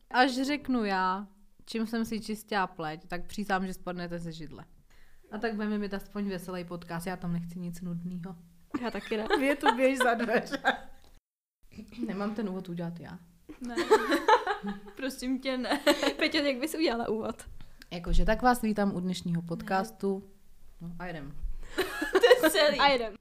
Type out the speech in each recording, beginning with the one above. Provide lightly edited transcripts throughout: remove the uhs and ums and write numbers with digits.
Až řeknu já, čím jsem si čistila pleť, tak přísám, že spadnete ze židle. A tak budeme mít aspoň veselý podcast, já tam nechci nic nudného. Já taky ne. Vy tu běž za dveře. Nemám ten úvod udělat já. Ne. Prosím tě, ne. Peťo, jak bys udělala úvod? Jakože tak vás vítám u dnešního podcastu. No a jdem. To je celý. A jdem.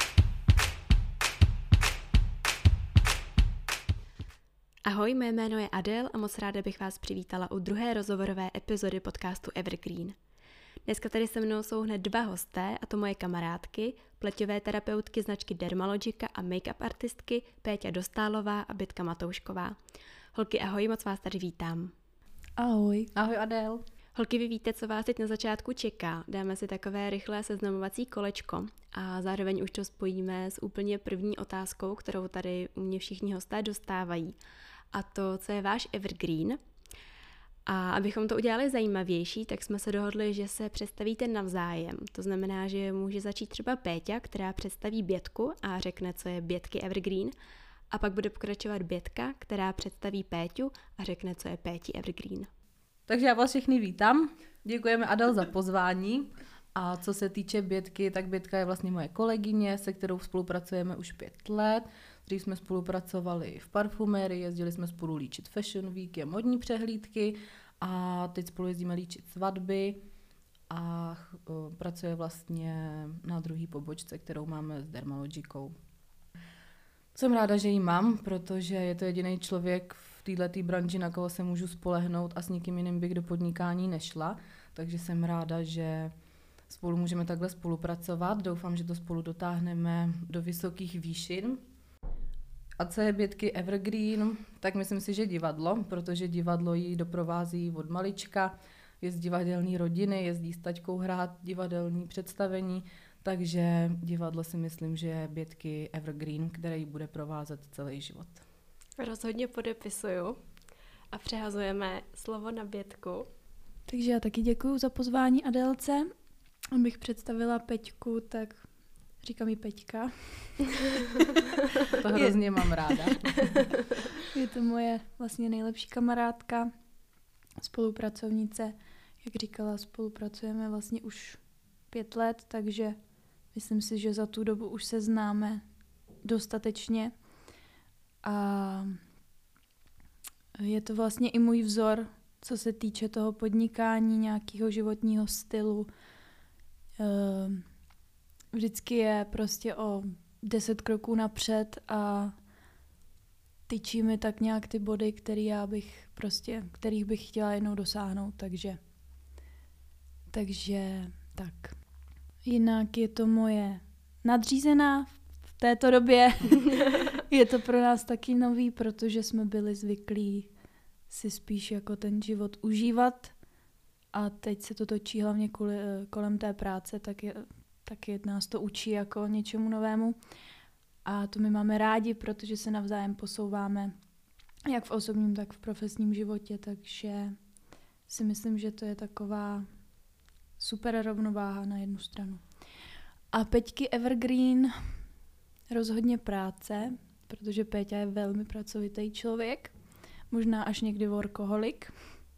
Ahoj, mé jméno je Adel a moc ráda bych vás přivítala u druhé rozhovorové epizody podcastu Evergreen. Dneska tady se mnou jsou hned dva hosté, a to moje kamarádky, pleťové terapeutky značky Dermalogica a make-up artistky Péťa Dostálová a Bětka Matoušková. Holky, ahoj, moc vás tady vítám. Ahoj. Ahoj, Adel. Holky, vy víte, co vás teď na začátku čeká. Dáme si takové rychlé seznamovací kolečko a zároveň už to spojíme s úplně první otázkou, kterou tady u mě všichni hosté dostávají. A to, co je váš evergreen. A abychom to udělali zajímavější, tak jsme se dohodli, že se představíte navzájem. To znamená, že může začít třeba Péťa, která představí Bětku a řekne, co je Bětky evergreen. A pak bude pokračovat Bětka, která představí Péťu a řekne, co je Péti evergreen. Takže já vás všechny vítám. Děkujeme, Adel, za pozvání. A co se týče Bětky, tak Bětka je vlastně moje kolegyně, se kterou spolupracujeme už 5 let. Dřív jsme spolupracovali v parfumérii, jezdili jsme spolu líčit Fashion Week, modní přehlídky a teď spolu jezdíme líčit svatby a pracuje vlastně na druhé pobočce, kterou máme s Dermalogicou. Jsem ráda, že ji mám, protože je to jediný člověk v této branži, na koho se můžu spolehnout a s nikým jiným bych do podnikání nešla, takže jsem ráda, že spolu můžeme takhle spolupracovat. Doufám, že to spolu dotáhneme do vysokých výšin. A co je Bětky evergreen? Tak myslím si, že divadlo, protože divadlo ji doprovází od malička. Je z divadelní rodiny, jezdí s taťkou hrát divadelní představení, takže divadlo si myslím, že je Bětky evergreen, který ji bude provázet celý život. Rozhodně podepisuju a přehazujeme slovo na Bětku. Takže já taky děkuju za pozvání Adelce. Abych představila Peťku, tak říkám jí Peťka. To hrozně mám ráda. Je to moje vlastně nejlepší kamarádka, spolupracovnice. Jak říkala, spolupracujeme vlastně už 5 let, takže myslím si, že za tu dobu už se známe dostatečně. A je to vlastně i můj vzor, co se týče toho podnikání, nějakého životního stylu. Vždycky je prostě o 10 kroků napřed a tyčí mi tak nějak ty body, kterých bych chtěla jednou dosáhnout, takže tak. Jinak je to moje nadřízená v této době. Je to pro nás taky nový, protože jsme byli zvyklí si spíš jako ten život užívat a teď se to točí hlavně kolem té práce, tak nás to učí jako něčemu novému. A to my máme rádi, protože se navzájem posouváme jak v osobním, tak v profesním životě, takže si myslím, že to je taková super rovnováha na jednu stranu. A Peťky evergreen rozhodně práce, protože Péťa je velmi pracovitý člověk, možná až někdy workoholik,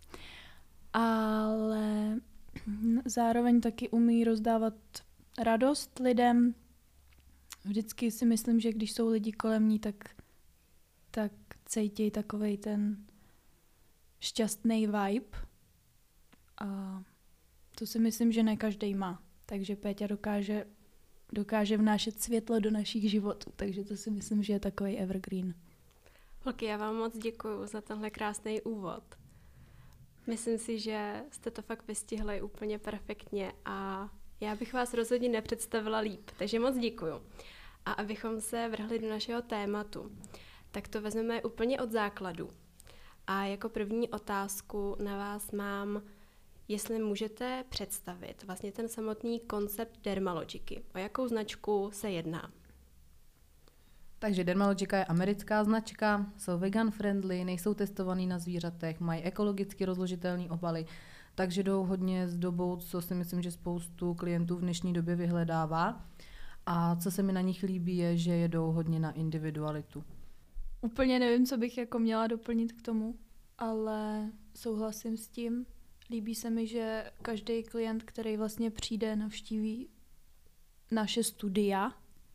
ale zároveň taky umí rozdávat radost lidem. Vždycky si myslím, že když jsou lidi kolem ní, tak cítí takovej ten šťastný vibe. A to si myslím, že ne každý má. Takže Péťa dokáže vnášet světlo do našich životů. Takže to si myslím, že je takovej evergreen. Holky, já vám moc děkuju za tenhle krásný úvod. Myslím si, že jste to fakt vystihli úplně perfektně a já bych vás rozhodně nepředstavila líp, takže moc děkuju. A abychom se vrhli do našeho tématu, tak to vezmeme úplně od základu. A jako první otázku na vás mám, jestli můžete představit vlastně ten samotný koncept Dermalogiky. O jakou značku se jedná? Takže Dermalogica je americká značka, jsou vegan friendly, nejsou testovaný na zvířatech, mají ekologicky rozložitelné obaly, takže jdou hodně s dobou, co si myslím, že spoustu klientů v dnešní době vyhledává. A co se mi na nich líbí, je, že jedou hodně na individualitu. Úplně nevím, co bych jako měla doplnit k tomu, ale souhlasím s tím. Líbí se mi, že každý klient, který vlastně přijde, navštíví naše studia,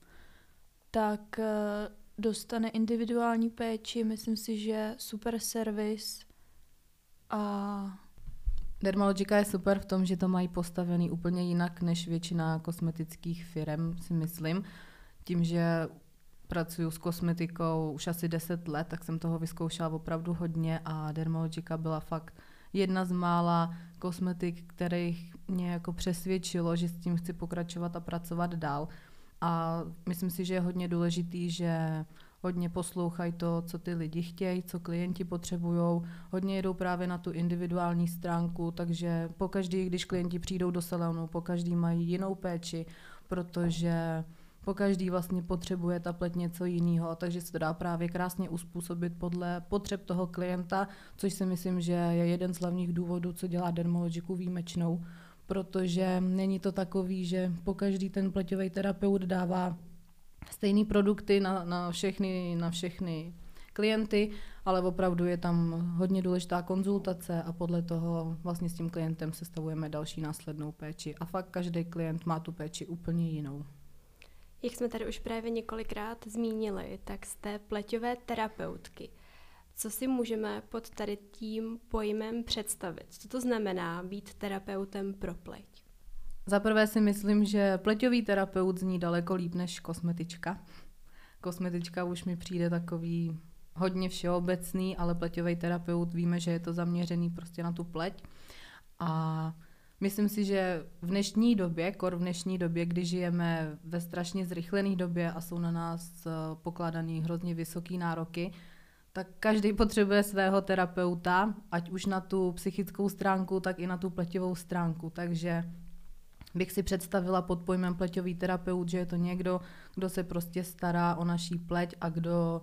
tak dostane individuální péči, myslím si, že super servis a... Dermalogica je super v tom, že to mají postavený úplně jinak než většina kosmetických firem, si myslím. Tím, že pracuji s kosmetikou už asi 10 let, tak jsem toho vyzkoušela opravdu hodně a Dermalogica byla fakt jedna z mála kosmetik, kterých mě jako přesvědčilo, že s tím chci pokračovat a pracovat dál. A myslím si, že je hodně důležitý, že hodně poslouchají to, co ty lidi chtějí, co klienti potřebujou. Hodně jedou právě na tu individuální stránku, takže pokaždý, když klienti přijdou do salonu, pokaždý mají jinou péči, protože pokaždý vlastně potřebuje ta pleť něco jiného, takže se to dá právě krásně uspůsobit podle potřeb toho klienta, což si myslím, že je jeden z hlavních důvodů, co dělá Dermalogiku výjimečnou, protože není to takový, že pokaždý ten pleťový terapeut dává stejné produkty na všechny klienty, ale opravdu je tam hodně důležitá konzultace a podle toho vlastně s tím klientem sestavujeme další následnou péči. A fakt každý klient má tu péči úplně jinou. Jak jsme tady už právě několikrát zmínili, tak jste pleťové terapeutky. Co si můžeme pod tady tím pojmem představit? Co to znamená být terapeutem pro pleť? Za prvé si myslím, že pleťový terapeut zní daleko líp než kosmetička. Kosmetička už mi přijde takový hodně všeobecný, ale pleťový terapeut víme, že je to zaměřený prostě na tu pleť. A myslím si, že v dnešní době, kdy žijeme ve strašně zrychlené době a jsou na nás pokládaný hrozně vysoký nároky, tak každý potřebuje svého terapeuta, ať už na tu psychickou stránku, tak i na tu pleťovou stránku. Takže bych si představila pod pojmem pleťový terapeut, že je to někdo, kdo se prostě stará o naší pleť a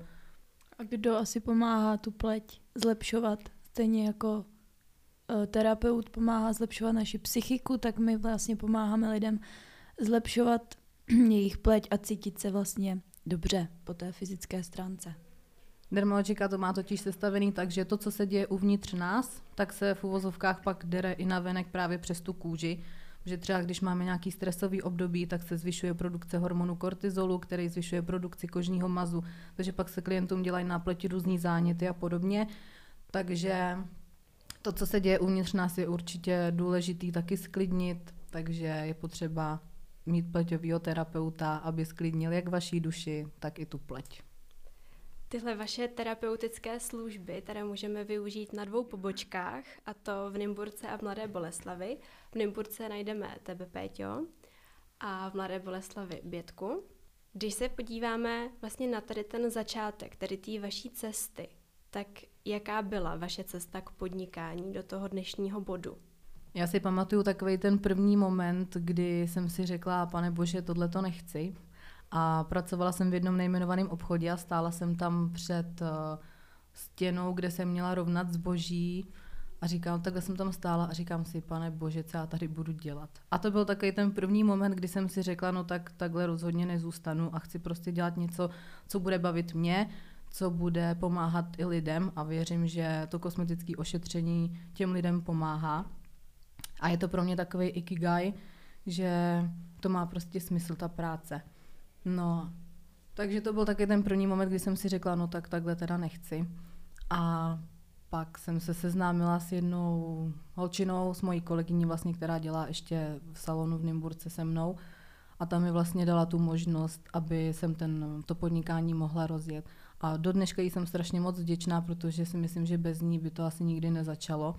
kdo asi pomáhá tu pleť zlepšovat. Stejně jako terapeut pomáhá zlepšovat naši psychiku, tak my vlastně pomáháme lidem zlepšovat jejich pleť a cítit se vlastně dobře po té fyzické stránce. Dermalogica to má totiž sestavený tak, že to, co se děje uvnitř nás, tak se v uvozovkách pak dere i navenek právě přes tu kůži. Že třeba když máme nějaký stresový období, tak se zvyšuje produkce hormonu kortizolu, který zvyšuje produkci kožního mazu, takže pak se klientům dělají na pleti různý záněty a podobně. Takže to, co se děje uvnitř nás, je určitě důležitý taky sklidnit, takže je potřeba mít pleťovýho terapeuta, aby sklidnil jak vaší duši, tak i tu pleť. Tyhle vaše terapeutické služby teda můžeme využít na 2 pobočkách, a to v Nymburce a v Mladé Boleslavi. V Nymburce najdeme tebe, Péťo, a v Mladé Boleslavi Bětku. Když se podíváme vlastně na tady ten začátek, tady té vaší cesty, tak jaká byla vaše cesta k podnikání do toho dnešního bodu? Já si pamatuju takovej ten první moment, kdy jsem si řekla, pane bože, tohle to nechci. A pracovala jsem v jednom nejmenovaném obchodě a stála jsem tam před stěnou, kde jsem měla rovnat zboží a takhle jsem tam stála a říkám si, pane bože, co já tady budu dělat. A to byl takový ten první moment, kdy jsem si řekla, no tak takhle rozhodně nezůstanu a chci prostě dělat něco, co bude bavit mě, co bude pomáhat i lidem a věřím, že to kosmetické ošetření těm lidem pomáhá. A je to pro mě takový ikigai, že to má prostě smysl, ta práce. No, takže to byl taky ten první moment, kdy jsem si řekla, no tak takhle teda nechci. A pak jsem se seznámila s jednou holčinou, s mojí kolegyní vlastně, která dělá ještě v salonu v Nymburce se mnou. A tam mi vlastně dala tu možnost, aby jsem to podnikání mohla rozjet. A do dneška jí jsem strašně moc vděčná, protože si myslím, že bez ní by to asi nikdy nezačalo.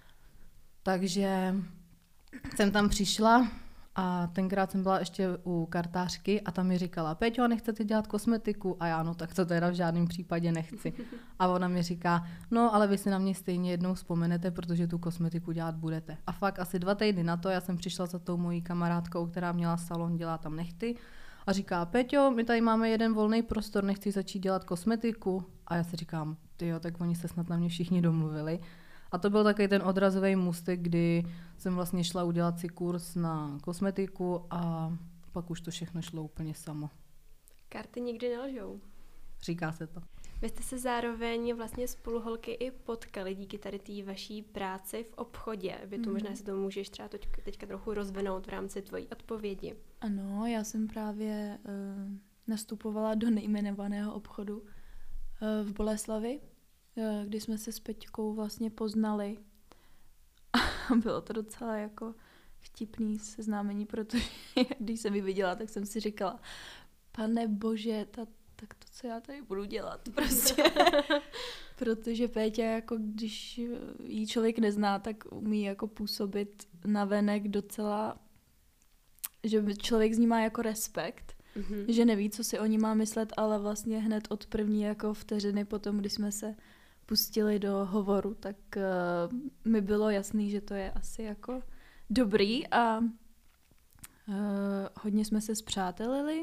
Takže jsem tam přišla a tenkrát jsem byla ještě u kartářky a tam mi říkala, Péťo, nechcete dělat kosmetiku? A já, no tak to teda v žádném případě nechci. A ona mi říká, no ale vy si na mě stejně jednou vzpomenete, protože tu kosmetiku dělat budete. A fakt asi 2 týdny na to já jsem přišla za tou mojí kamarádkou, která měla salon, dělá tam nehty. A říká, Péťo, my tady máme jeden volný prostor, nechci začít dělat kosmetiku. A já si říkám, tyjo, tak oni se snad na mě všichni domluvili. A to byl takový ten odrazový můstek, kdy jsem vlastně šla udělat si kurz na kosmetiku a pak už to všechno šlo úplně samo. Karty nikdy nelžou. Říká se to. Vy jste se zároveň vlastně spolu holky i potkali díky tady té vaší práci v obchodě. Vy to možná si to můžeš třeba teďka trochu rozvinout v rámci tvojí odpovědi. Ano, já jsem právě nastupovala do nejmenovaného obchodu v Boleslavi, kdy jsme se s Peťkou vlastně poznali. A bylo to docela jako vtipný seznámení, protože když jsem ji viděla, tak jsem si říkala, pane bože, tak to, co já tady budu dělat, prostě. Protože Péťa, jako když jí člověk nezná, tak umí jako působit navenek docela, že člověk z ní má jako respekt, že neví, co si o ní má myslet, ale vlastně hned od první jako vteřiny potom, když jsme se pustili do hovoru, tak mi bylo jasný, že to je asi jako dobrý a hodně jsme se spřátelili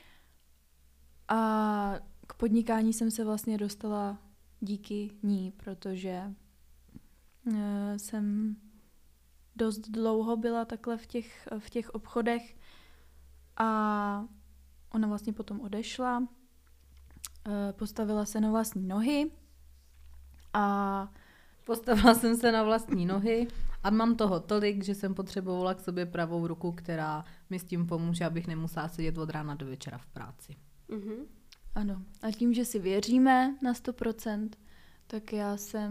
a k podnikání jsem se vlastně dostala díky ní, protože jsem dost dlouho byla takhle v těch obchodech a ona vlastně potom odešla, postavila se na vlastní nohy a postavila jsem se na vlastní nohy a mám toho tolik, že jsem potřebovala k sobě pravou ruku, která mi s tím pomůže, abych nemusela sedět od rána do večera v práci. Mm-hmm. Ano, a tím, že si věříme na 100%, tak já jsem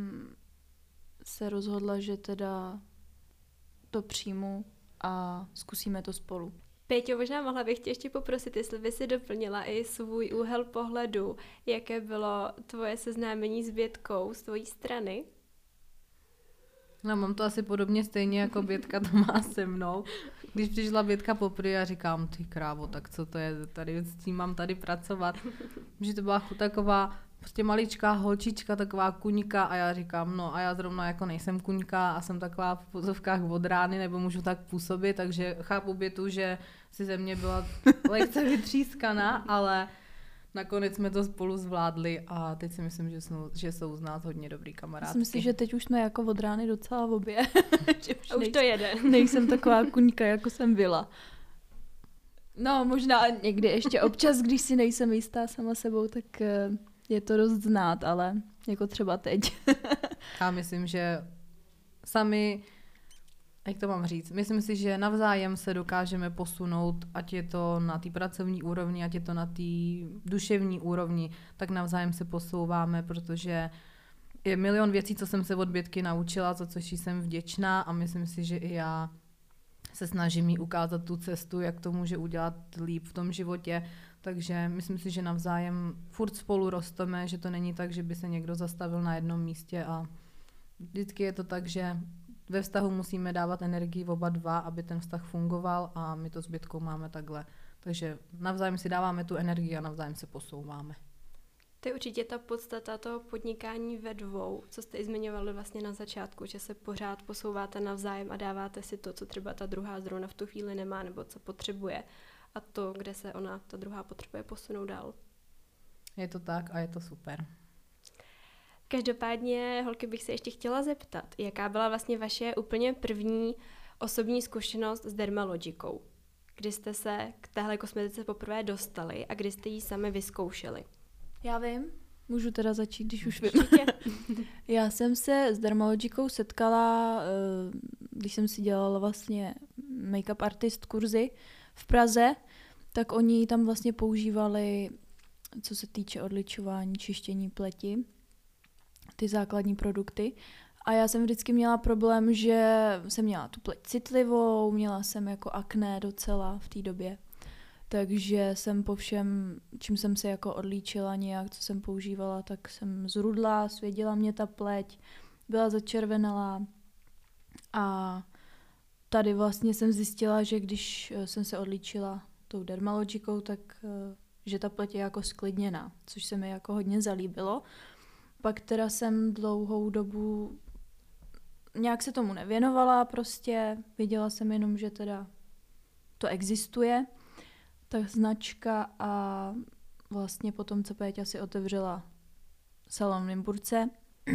se rozhodla, že teda to přijmu a zkusíme to spolu. Péťo, možná mohla bych tě ještě poprosit, jestli by si doplnila i svůj úhel pohledu, jaké bylo tvoje seznámení s Bětkou z tvojí strany? No, mám to asi podobně stejně, jako Bětka to má se mnou. Když přišla Bětka poprvé, já říkám, ty krávo, tak co to je, tady s tím mám tady pracovat. Že to byla taková prostě maličká holčička, taková kuňka a já říkám, no a já zrovna jako nejsem kuňka a jsem taková v pozovkách od rány, nebo můžu tak působit, takže chápu Bětu, že si ze mě byla lehce vytřískaná, ale nakonec jsme to spolu zvládli a teď si myslím, že jsou z nás hodně dobrý kamarádky. Myslím si, že teď už jsme jako od rány docela v obě. A už to jede. Nejsem taková kuňka, jako jsem byla. No, možná někdy ještě občas, když si nejsem jistá sama sebou, tak je to dost znát, ale jako třeba teď. Já myslím, že sami, jak to mám říct, myslím si, že navzájem se dokážeme posunout, ať je to na té pracovní úrovni, ať je to na té duševní úrovni, tak navzájem se posouváme, protože je milion věcí, co jsem se od Bětky naučila, za což jsem vděčná a myslím si, že i já se snažím jí ukázat tu cestu, jak to může udělat líp v tom životě. Takže myslím si, že navzájem furt spolu rosteme, že to není tak, že by se někdo zastavil na jednom místě a vždycky je to tak, že ve vztahu musíme dávat energii oba dva, aby ten vztah fungoval a my to s Bětkou máme takhle. Takže navzájem si dáváme tu energii a navzájem se posouváme. To je určitě ta podstata toho podnikání ve dvou, co jste i zmiňovali vlastně na začátku, že se pořád posouváte navzájem a dáváte si to, co třeba ta druhá zrovna v tu chvíli nemá nebo co potřebuje a to, kde se ta druhá potřebuje posunout dál. Je to tak a je to super. Každopádně, holky, bych se ještě chtěla zeptat, jaká byla vlastně vaše úplně první osobní zkušenost s Dermalogikou? Kdy jste se k téhle kosmetice poprvé dostali a kdy jste ji sami vyzkoušeli? Já vím, můžu teda začít, když už vím. Já jsem se s Dermalogikou setkala, když jsem si dělala vlastně make-up artist kurzy v Praze, tak oni tam vlastně používali, co se týče odličování, čištění pleti, ty základní produkty. A já jsem vždycky měla problém, že jsem měla tu pleť citlivou, měla jsem jako akné docela v té době. Takže jsem po všem, čím jsem se jako odlíčila nějak, co jsem používala, tak jsem zrudla, svěděla mě ta pleť, byla začervenalá a tady vlastně jsem zjistila, že když jsem se odlíčila tou Dermalogikou, tak že ta pleť je jako sklidněná, což se mi jako hodně zalíbilo. Pak teda jsem dlouhou dobu nějak se tomu nevěnovala prostě, věděla jsem jenom, že teda to existuje, ta značka a vlastně potom, co Péťa si otevřela salon v Nymburce,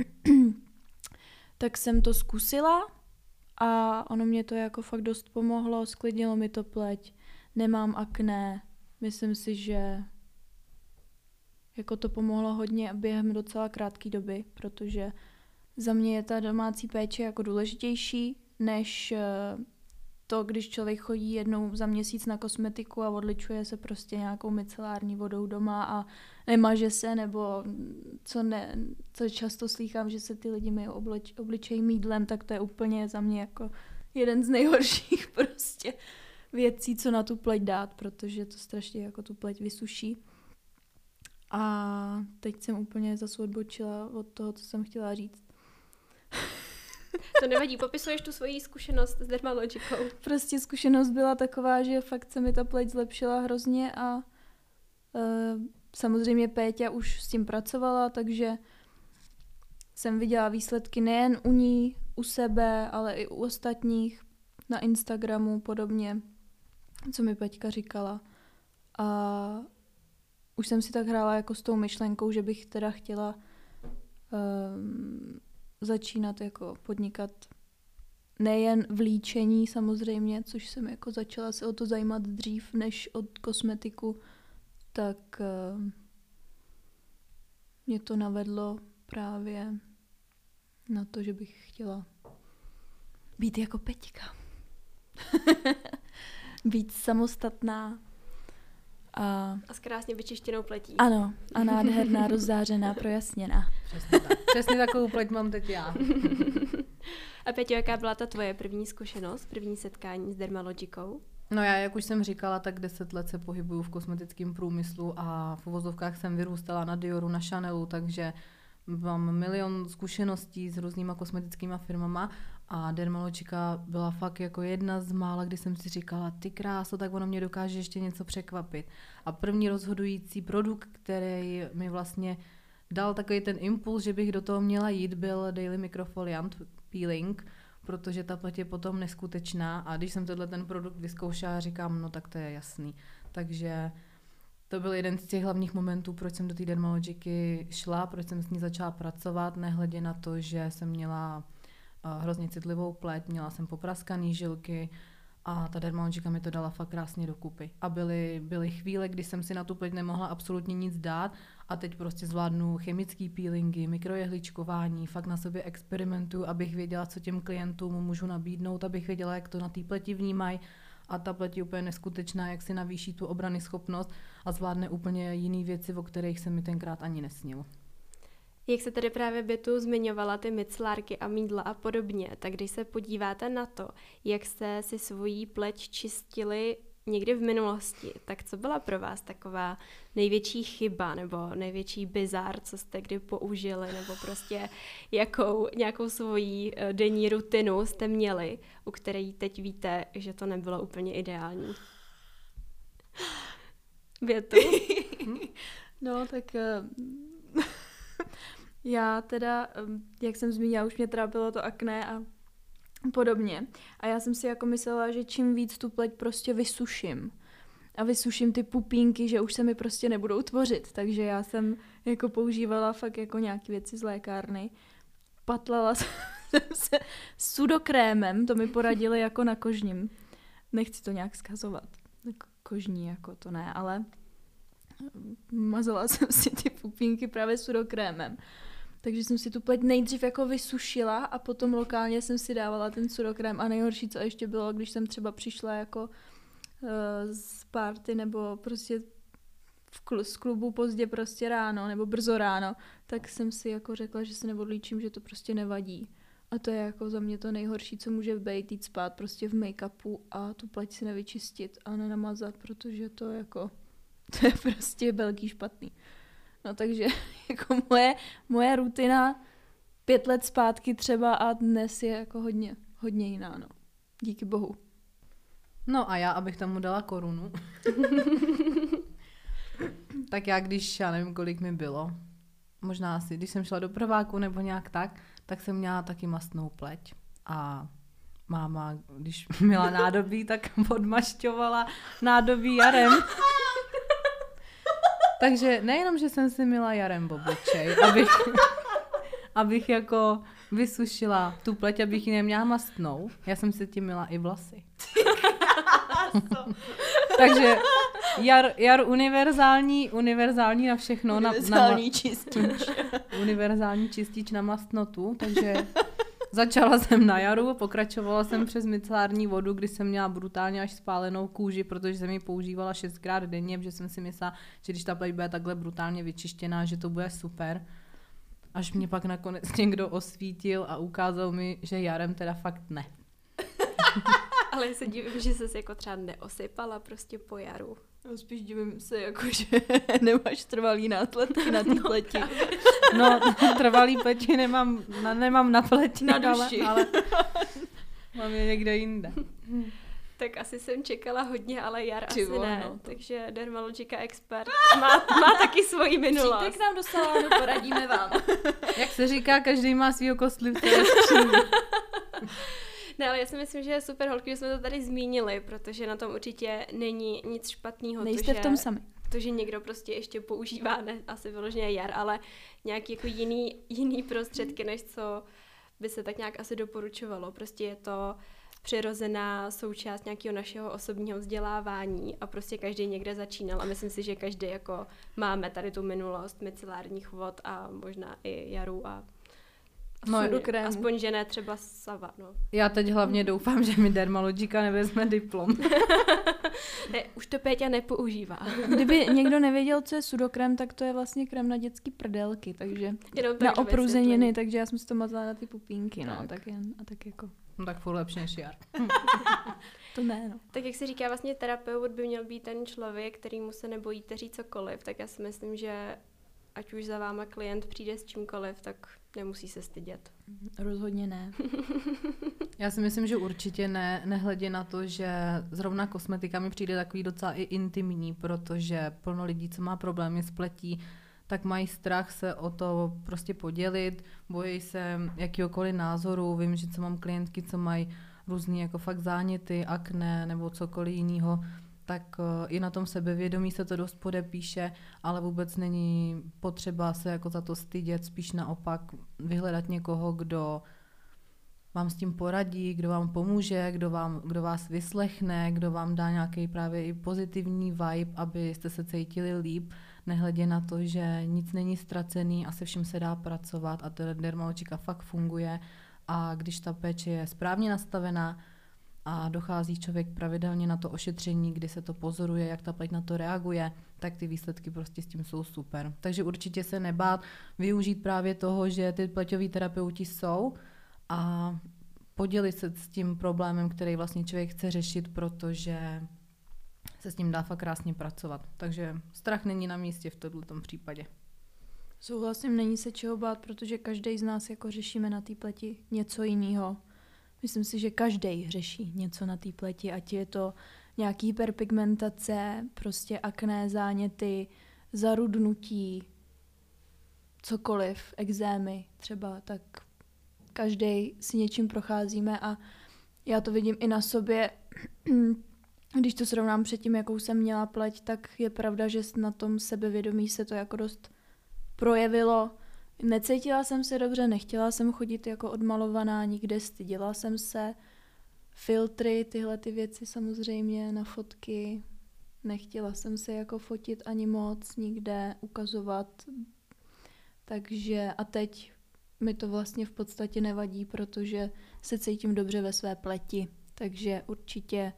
tak jsem to zkusila a ono mě to jako fakt dost pomohlo, sklidnilo mi to pleť, nemám akné, myslím si, že jako to pomohlo hodně během docela krátké doby, protože za mě je ta domácí péče jako důležitější, než to, když člověk chodí jednou za měsíc na kosmetiku a odličuje se prostě nějakou micelární vodou doma a nemaže se, nebo co často slýchám, že se ty lidi myjou obličej mýdlem, tak to je úplně za mě jako jeden z nejhorších prostě věcí, co na tu pleť dát, protože to strašně jako tu pleť vysuší. A teď jsem úplně zase odbočila od toho, co jsem chtěla říct. To nevadí, popisuješ tu svoji zkušenost s Dermalogikou. Prostě zkušenost byla taková, že fakt se mi ta pleť zlepšila hrozně a samozřejmě Péťa už s tím pracovala, takže jsem viděla výsledky nejen u ní, u sebe, ale i u ostatních na Instagramu podobně, co mi Peťka říkala. A už jsem si tak hrála jako s tou myšlenkou, že bych teda chtěla začínat jako podnikat nejen v líčení samozřejmě, což jsem jako začala se o to zajímat dřív než od kosmetiku, tak mě to navedlo právě na to, že bych chtěla být jako Peťka. Být samostatná. A s krásně vyčištěnou pletí. Ano, a nádherná, rozzářená, projasněná. Přesně tak. Přesně takovou pleť mám teď já. A Peťo, jaká byla ta tvoje první zkušenost, první setkání s Dermalogikou? No já, jak už jsem říkala, tak 10 let se pohybuju v kosmetickém průmyslu a v uvozovkách jsem vyrůstala na Dioru, na Chanelu, takže mám milion zkušeností s různýma kosmetickýma firmama a Dermalogika byla fakt jako jedna z mála, kdy jsem si říkala, ty kráso, tak ono mě dokáže ještě něco překvapit. A první rozhodující produkt, který mi vlastně dal takový ten impuls, že bych do toho měla jít, byl Daily Microfoliant Peeling, protože ta pleť je potom neskutečná a když jsem tenhle ten produkt vyzkoušela, říkám, no tak to je jasný. Takže to byl jeden z těch hlavních momentů, proč jsem do té Dermalogiky šla, proč jsem s ní začala pracovat, nehledě na to, že jsem měla hrozně citlivou pleť, měla jsem popraskaný žilky a ta Dermalogika mi to dala fakt krásně dokupy. A byly chvíle, kdy jsem si na tu pleť nemohla absolutně nic dát a teď prostě zvládnu chemický peelingy, mikrojehličkování, fakt na sobě experimentuju, abych věděla, co těm klientům můžu nabídnout, abych věděla, jak to na té pleti vnímají. A ta pleť je úplně neskutečná, jak si navýší tu obranyschopnost a zvládne úplně jiný věci, o kterých se mi tenkrát ani nesnilo. Jak se tedy právě Bětu zmiňovala ty micelárky a mýdla a podobně, tak když se podíváte na to, jak jste si svoji pleť čistili někdy v minulosti, tak co byla pro vás taková největší chyba nebo největší bizár, co jste kdy použili, nebo prostě nějakou svoji denní rutinu jste měli, u které teď víte, že to nebylo úplně ideální? Bětu? No, tak já teda, jak jsem zmínila, už mě trápilo to akné a podobně. A já jsem si jako myslela, že čím víc tu pleť prostě vysuším. A vysuším ty pupínky, že už se mi prostě nebudou tvořit. Takže já jsem jako používala fakt jako nějaké věci z lékárny. Patlala jsem se sudokrémem, to mi poradili jako na kožním. Nechci to nějak zkazovat. Kožní jako to ne, ale mazala jsem si ty pupínky právě sudokrémem. Takže jsem si tu pleť nejdřív jako vysušila a potom lokálně jsem si dávala ten sudokrém a nejhorší, co ještě bylo, když jsem třeba přišla jako z party nebo prostě z klubu pozdě prostě ráno nebo brzo ráno, tak jsem si jako řekla, že se neodlíčím, že to prostě nevadí. A to je jako za mě to nejhorší, co může být, jít spát prostě v make-upu a tu pleť si nevyčistit a nenamazat, protože to je prostě velký špatný. No takže jako moje rutina 5 let zpátky třeba a dnes je jako hodně jiná, no. Díky bohu. No a já, abych tomu dala korunu. Tak já nevím, kolik mi bylo, možná asi, když jsem šla do prváku nebo nějak tak jsem měla taky mastnou pleť. A máma, když měla nádobí, tak odmašťovala nádobí jarem. Takže nejenom, že jsem si myla jarem v obličej, abych jako vysušila tu pleť, abych ji neměla mastnou. Já jsem si tím myla i vlasy. Jar univerzální na všechno. Univerzální čistič. Univerzální čistič na mastnotu, takže začala jsem na jaru, pokračovala jsem přes micelární vodu, kdy jsem měla brutálně až spálenou kůži, protože jsem ji používala 6krát denně, protože jsem si myslela, že když ta pleť bude takhle brutálně vyčištěná, že to bude super. Až mě pak nakonec někdo osvítil a ukázal mi, že jarem teda fakt ne. Ale já se divím, že ses jako třeba neosypala prostě po jaru. No, spíš divím se, jako, že nemáš trvalý následky na té pleti. No, trvalý pleti nemám na pleti, na duši. ale mám je někde jinde. Tak asi jsem čekala hodně, ale jar asi Vole, ne. no. Takže Dermalogika expert má taky svoji minulost. Přijďte k nám do salonu, poradíme vám. Jak se říká, každý má svýho kostlivce. Ne, ale já si myslím, že je super, holky, že jsme to tady zmínili, protože na tom určitě není nic špatného. Nejste v tom sami. To, že někdo prostě ještě používá, ne asi vyloženě jar, ale nějaký jako jiný prostředky, než co by se tak nějak asi doporučovalo. Prostě je to přirozená součást nějakého našeho osobního vzdělávání a prostě každý někde začínal a myslím si, že každý jako máme tady tu minulost micelárních vod a možná i jaru a aspoň, že ne třeba Sava, no. Já teď hlavně doufám, že mi Dermalogika nevezme diplom. Ne, už to Péťa nepoužívá. Kdyby někdo nevěděl, co je sudokrém, tak to je vlastně krém na dětský prdelky, takže na opruzeniny, takže já jsem si to mazala na ty pupínky, no, tak jako. No tak furt lepší než jar. To ne, no. Tak jak se říká, vlastně terapeut by měl být ten člověk, kterýmu se nebojíte říct cokoliv, tak já si myslím, že ať už za váma klient přijde s čímkoliv, tak nemusí se stydět. Rozhodně ne. Já si myslím, že určitě ne, nehledě na to, že zrovna kosmetika mi přijde takový docela i intimní, protože plno lidí, co má problémy s pletí, tak mají strach se o to prostě podělit, bojí se jakýhokoliv názoru. Vím, že co mám klientky, co mají různý jako fakt záněty, akné nebo cokoliv jiného, tak i na tom sebevědomí se to dost podepíše, ale vůbec není potřeba se jako za to stydět, spíš naopak vyhledat někoho, kdo vám s tím poradí, kdo vám pomůže, kdo vás vyslechne, kdo vám dá nějaký právě i pozitivní vibe, abyste se cítili líp, nehledě na to, že nic není ztracený a se vším se dá pracovat a ta Dermalogika fakt funguje a když ta péče je správně nastavená a dochází člověk pravidelně na to ošetření, kdy se to pozoruje, jak ta pleť na to reaguje, tak ty výsledky prostě s tím jsou super. Takže určitě se nebát využít právě toho, že ty pleťoví terapeuti jsou a podělit se s tím problémem, který vlastně člověk chce řešit, protože se s tím dá fakt krásně pracovat. Takže strach není na místě v tomto případě. Souhlasím, není se čeho bát, protože každý z nás jako řešíme na té pleti něco jiného. Myslím si, že každý řeší něco na té pleti, ať je to nějaký hyperpigmentace, prostě akné, záněty, zarudnutí, cokoliv, ekzémy třeba, tak každý si něčím procházíme a já to vidím i na sobě. Když to srovnám předtím, jakou jsem měla pleť, tak je pravda, že na tom sebevědomí se to jako dost projevilo. Necítila jsem se dobře, nechtěla jsem chodit jako odmalovaná nikde, styděla jsem se. Filtry, tyhle ty věci samozřejmě na fotky. Nechtěla jsem se jako fotit ani moc nikde, ukazovat. Takže a teď mi to vlastně v podstatě nevadí, protože se cítím dobře ve své pleti. Takže určitě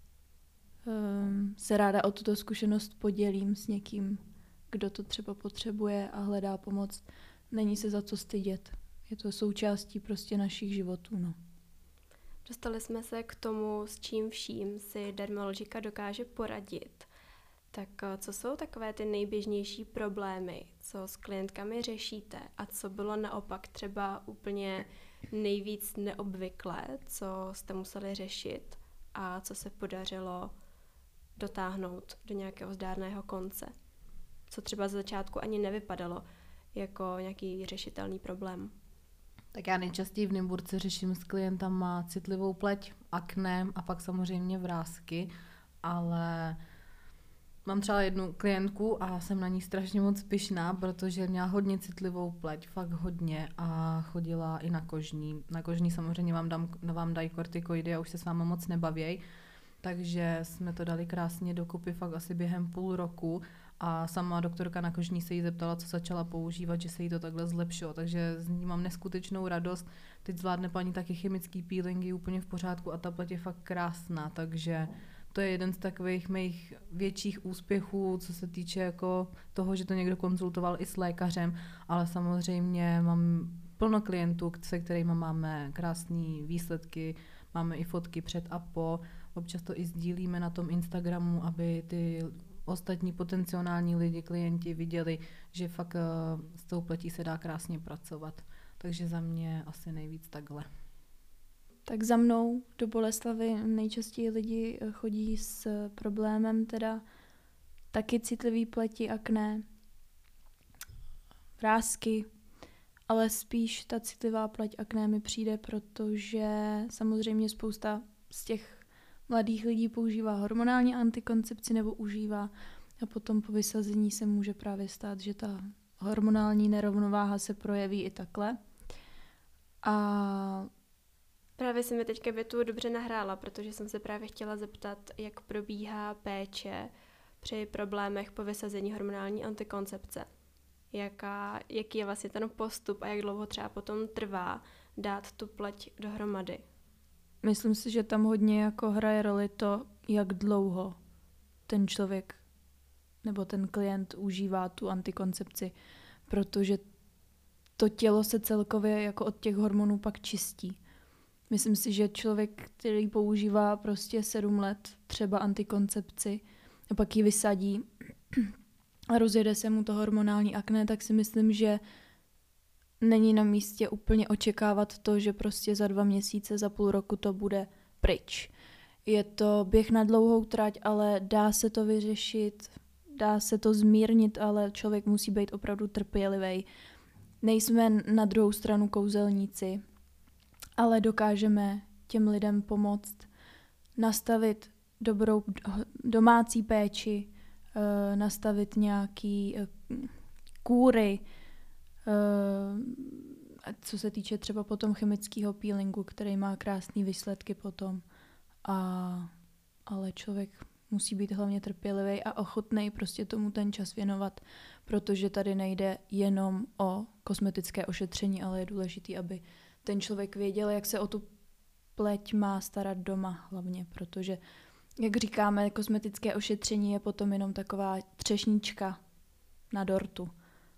se ráda o tuto zkušenost podělím s někým, kdo to třeba potřebuje a hledá pomoc. Není se za co stydět. Je to součástí prostě našich životů, no. Dostali jsme se k tomu, s čím vším si Dermalogika dokáže poradit. Tak co jsou takové ty nejběžnější problémy, co s klientkami řešíte a co bylo naopak třeba úplně nejvíc neobvyklé, co jste museli řešit a co se podařilo dotáhnout do nějakého zdárného konce? Co třeba z začátku ani nevypadalo jako nějaký řešitelný problém? Tak já nejčastěji v Nymburce řeším s klientama citlivou pleť, akné a pak samozřejmě vrásky, ale mám třeba jednu klientku a jsem na ní strašně moc pyšná, protože měla hodně citlivou pleť, fakt hodně a chodila i na kožní. Na kožní samozřejmě vám dají kortikoidy a už se s váma moc nebavěj. takže jsme to dali krásně dokupy fakt asi během půl roku a sama doktorka na kožní se jí zeptala, co začala používat, že se jí to takhle zlepšilo, takže z ní mám neskutečnou radost. Teď zvládne paní taky chemický peelingy úplně v pořádku a ta pleť je fakt krásná, takže to je jeden z takových mých větších úspěchů, co se týče jako toho, že to někdo konzultoval i s lékařem, ale samozřejmě mám plno klientů, se kterými máme krásné výsledky, máme i fotky před a po, občas to i sdílíme na tom Instagramu, aby ty ostatní potenciální lidi, klienti viděli, že fakt s tou pletí se dá krásně pracovat. Takže za mě asi nejvíc takhle. Tak za mnou do Boleslavy nejčastěji lidi chodí s problémem teda taky citlivý pleti, akné, vrásky, ale spíš ta citlivá pleť akné mi přijde, protože samozřejmě spousta z těch mladých lidí používá hormonální antikoncepci nebo užívá a potom po vysazení se může právě stát, že ta hormonální nerovnováha se projeví i takhle. A právě si mi teďka větu dobře nahrála, protože jsem se právě chtěla zeptat, jak probíhá péče při problémech po vysazení hormonální antikoncepce. Jaký je vlastně ten postup a jak dlouho třeba potom trvá dát tu pleť dohromady. Myslím si, že tam hodně jako hraje roli to, jak dlouho ten člověk nebo ten klient užívá tu antikoncepci, protože to tělo se celkově jako od těch hormonů pak čistí. Myslím si, že člověk, který používá prostě 7 let třeba antikoncepci a pak ji vysadí a rozjede se mu to hormonální akné, tak si myslím, že není na místě úplně očekávat to, že prostě za 2 měsíce, za půl roku to bude pryč. Je to běh na dlouhou trať, ale dá se to vyřešit, dá se to zmírnit, ale člověk musí být opravdu trpělivý. Nejsme na druhou stranu kouzelníci, ale dokážeme těm lidem pomoct nastavit dobrou domácí péči, nastavit nějaký kůry, co se týče třeba potom chemického peelingu, který má krásné výsledky potom. Ale člověk musí být hlavně trpělivý a ochotný prostě tomu ten čas věnovat, protože tady nejde jenom o kosmetické ošetření, ale je důležité, aby ten člověk věděl, jak se o tu pleť má starat doma hlavně, protože, jak říkáme, kosmetické ošetření je potom jenom taková třešnička na dortu.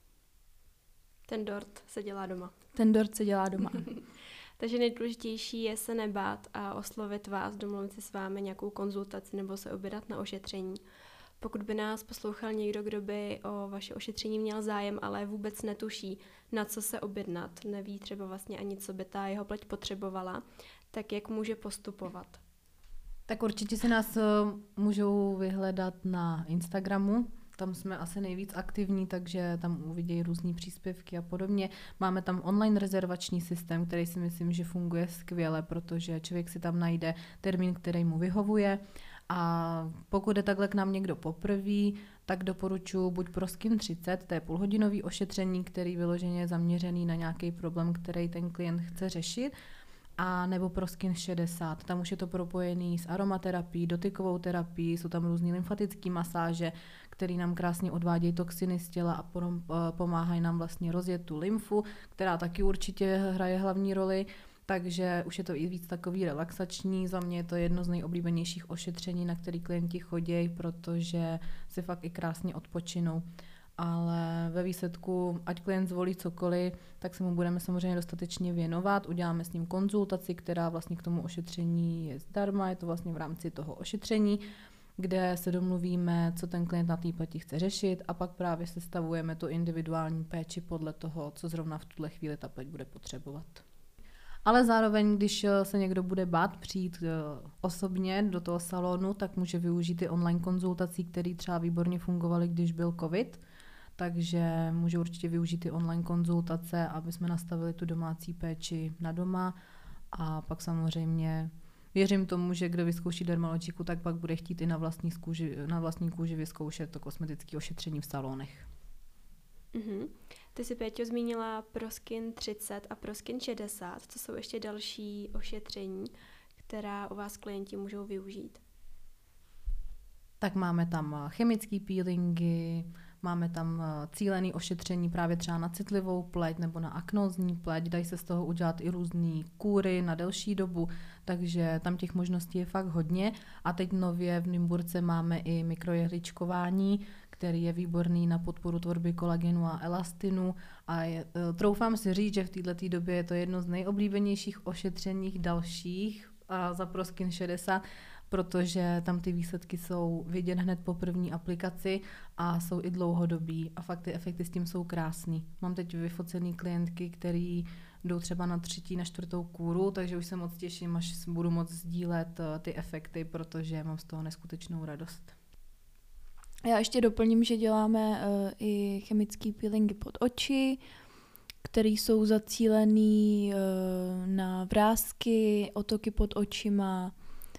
Ten dort se dělá doma. Ten dort se dělá doma. Takže nejdůležitější je se nebát a oslovit vás, domluvit si s vámi nějakou konzultaci nebo se objednat na ošetření. Pokud by nás poslouchal někdo, kdo by o vaše ošetření měl zájem, ale vůbec netuší, na co se objednat, neví třeba vlastně ani, co by ta jeho pleť potřebovala, tak jak může postupovat? Tak určitě si nás můžou vyhledat na Instagramu, tam jsme asi nejvíc aktivní, takže tam uvidějí různý příspěvky a podobně. Máme tam online rezervační systém, který si myslím, že funguje skvěle, protože člověk si tam najde termín, který mu vyhovuje. A pokud je takhle k nám někdo poprvé, tak doporučuji buď Proskin 30, to je půlhodinový ošetření, který vyloženě je zaměřený na nějaký problém, který ten klient chce řešit, a nebo Proskin 60. Tam už je to propojený s aromaterapií, dotykovou terapií, jsou tam různý lymfatické masáže, které nám krásně odvádějí toxiny z těla a pomáhají nám vlastně rozjet tu lymfu, která taky určitě hraje hlavní roli. Takže už je to i víc takový relaxační. Za mě je to jedno z nejoblíbenějších ošetření, na který klienti chodí, protože si fakt i krásně odpočinou. Ale ve výsledku, ať klient zvolí cokoliv, tak se mu budeme samozřejmě dostatečně věnovat. Uděláme s ním konzultaci, která vlastně k tomu ošetření je zdarma. Je to vlastně v rámci toho ošetření, kde se domluvíme, co ten klient na té pleti chce řešit, a pak právě sestavujeme tu individuální péči podle toho, co zrovna v tuhle chvíli ta pleť bude potřebovat. Ale zároveň, když se někdo bude bát přijít osobně do toho salonu, tak může využít i online konzultací, které třeba výborně fungovaly, když byl covid. Takže může určitě využít i online konzultace, aby jsme nastavili tu domácí péči na doma. A pak samozřejmě věřím tomu, že kdo vyzkouší Dermalogiku, tak pak bude chtít i na vlastní kůži vyzkoušet to kosmetické ošetření v salonech. Mm-hmm. Ty jsi, Péťo, zmínila Proskin 30 a Proskin 60. Co jsou ještě další ošetření, která u vás klienti můžou využít? tak máme tam chemické peelingy, máme tam cílené ošetření právě třeba na citlivou pleť nebo na aknózní pleť, dají se z toho udělat i různé kůry na delší dobu, takže tam těch možností je fakt hodně. A teď nově v Nymburce máme i mikrojehličkování, který je výborný na podporu tvorby kolagenu a elastinu a troufám si říct, že v této době je to jedno z nejoblíbenějších ošetření dalších za ProSkin 60, protože tam ty výsledky jsou vidět hned po první aplikaci a jsou i dlouhodobí a fakt ty efekty s tím jsou krásný. Mám teď vyfocený klientky, který jdou třeba na 3., na 4. kůru, takže už se moc těším, až budu moc sdílet ty efekty, protože mám z toho neskutečnou radost. Já ještě doplním, že děláme i chemické peelingy pod oči, které jsou zacílený na vrásky, otoky pod očima,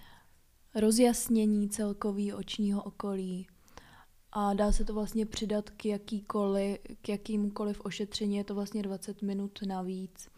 rozjasnění celkový očního okolí a dá se to vlastně přidat k jakýmkoliv ošetření, je to vlastně 20 minut navíc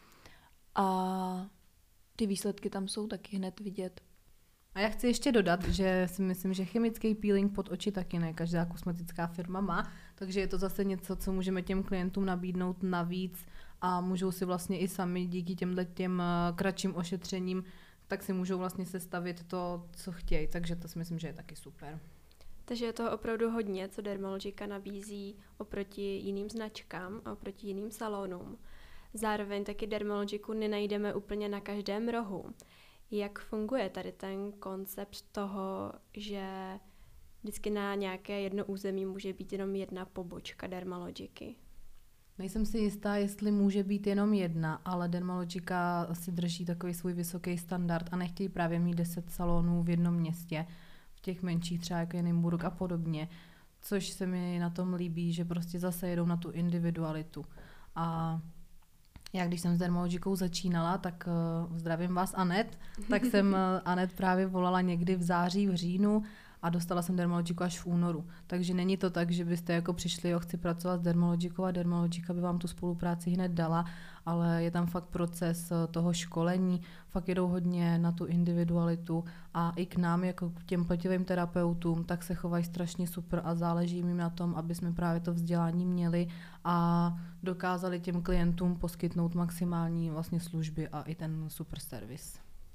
a ty výsledky tam jsou taky hned vidět. A já chci ještě dodat, že si myslím, že chemický peeling pod oči taky ne každá kosmetická firma má, takže je to zase něco, co můžeme těm klientům nabídnout navíc a můžou si vlastně i sami díky těm kratším ošetřením tak si můžou vlastně sestavit to, co chtějí, takže to si myslím, že je taky super. Takže je toho opravdu hodně, co Dermalogica nabízí oproti jiným značkám a oproti jiným salonům. Zároveň taky Dermalogiku nenajdeme úplně na každém rohu. Jak funguje tady ten koncept toho, že vždycky na nějaké jedno území může být jenom jedna pobočka Dermalogiky? Nejsem si jistá, jestli může být jenom jedna, ale Dermalogica si drží takový svůj vysoký standard a nechtějí právě mít 10 salonů v jednom městě, v těch menších třeba jako je Nymburk a podobně, což se mi na tom líbí, že prostě zase jedou na tu individualitu. A já když jsem s Dermalogicou začínala, tak zdravím vás Anet, tak jsem Anet právě volala někdy v září, v říjnu a dostala jsem Dermalogiku až v únoru. Takže není to tak, že byste jako přišli, jo, chci pracovat s Dermalogicou a Dermalogica by vám tu spolupráci hned dala, ale je tam fakt proces toho školení, fakt jedou hodně na tu individualitu a i k nám, jako k těm pleťovým terapeutům, tak se chovají strašně super a záleží jim na tom, aby jsme právě to vzdělání měli a dokázali těm klientům poskytnout maximální vlastně služby a i ten super servis.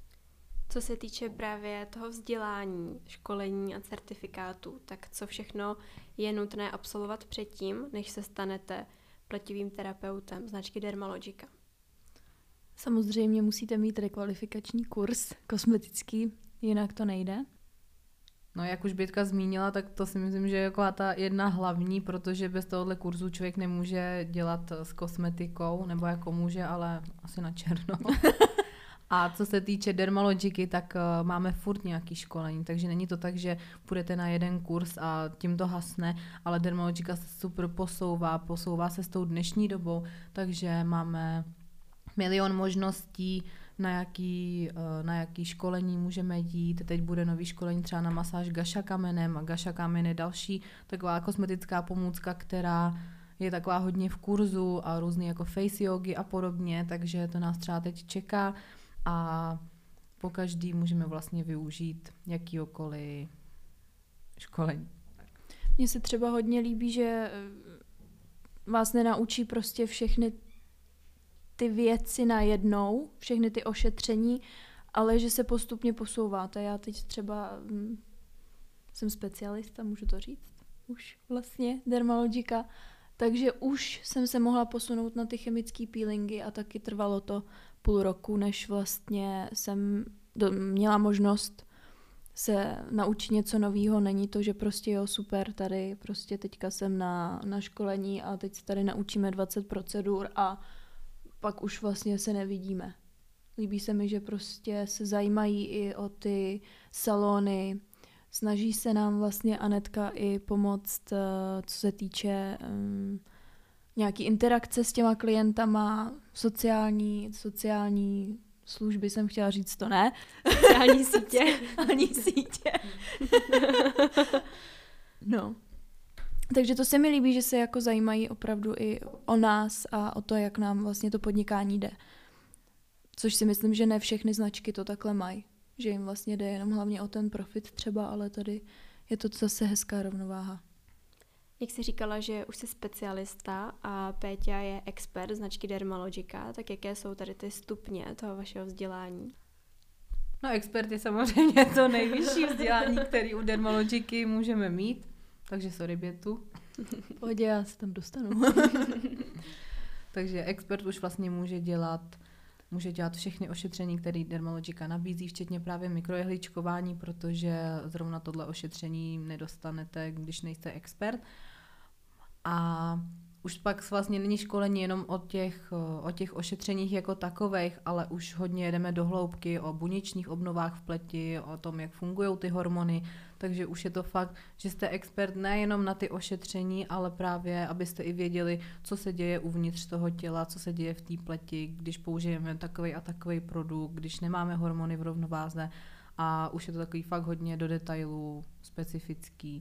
Co se týče právě toho vzdělání, školení a certifikátu, tak co všechno je nutné absolvovat předtím, než se stanete pleťovým terapeutem značky Dermalogica? Samozřejmě musíte mít rekvalifikační kurz kosmetický, jinak to nejde. No jak už Bětka zmínila, tak to si myslím, že je jako ta jedna hlavní, protože bez tohohle kurzu člověk nemůže dělat s kosmetikou, nebo jako může, ale asi na černo. A co se týče Dermalogiky, tak máme furt nějaký školení, takže není to tak, že půjdete na jeden kurz a tím to hasne, ale Dermalogica se super posouvá se s tou dnešní dobou, takže máme milion možností, na jaký školení můžeme jít. Teď bude nový školení třeba na masáž Gasha kamenem a Gasha kamen je další taková kosmetická pomůcka, která je taková hodně v kurzu a různý jako face yogi a podobně, takže to nás třeba teď čeká a po každý můžeme vlastně využít jakýkoliv školení. Mně se třeba hodně líbí, že vás nenaučí prostě všechny ty věci najednou, všechny ty ošetření, ale že se postupně posouváte. Já teď třeba jsem specialista, můžu to říct, už vlastně, Dermalogica, takže už jsem se mohla posunout na ty chemické peelingy a taky trvalo to půl roku, než vlastně jsem měla možnost se naučit něco nového. Není to, že prostě jo, super, tady prostě teďka jsem na školení a teď se tady naučíme 20 procedur a pak už vlastně se nevidíme. Líbí se mi, že prostě se zajímají i o ty salony, snaží se nám vlastně Anetka i pomoct, co se týče nějaký interakce s těma klientama, sociální služby jsem chtěla říct, to ne. Sociální sítě. Ani sítě. No. Takže to se mi líbí, že se jako zajímají opravdu i o nás a o to, jak nám vlastně to podnikání jde. Což si myslím, že ne všechny značky to takhle mají. Že jim vlastně jde jenom hlavně o ten profit třeba, ale tady je to zase hezká rovnováha. Jak jsi říkala, že už jsi specialista a Péťa je expert značky Dermalogica, tak jaké jsou tady ty stupně toho vašeho vzdělání? No expert je samozřejmě to nejvyšší vzdělání, který u Dermalogiky můžeme mít, takže sorry Bětu. Pohodě, já se tam dostanu. Takže expert už vlastně může dělat všechny ošetření, které Dermalogica nabízí, včetně právě mikrojehličkování, protože zrovna tohle ošetření nedostanete, když nejste expert. A už pak vlastně není školení jenom o těch ošetřeních jako takových, ale už hodně jedeme do hloubky o buněčných obnovách v pleti, o tom, jak fungují ty hormony, takže už je to fakt, že jste expert nejenom na ty ošetření, ale právě, abyste i věděli, co se děje uvnitř toho těla, co se děje v té pleti, když použijeme takový a takový produkt, když nemáme hormony v rovnováze a už je to takový fakt hodně do detailů specifický.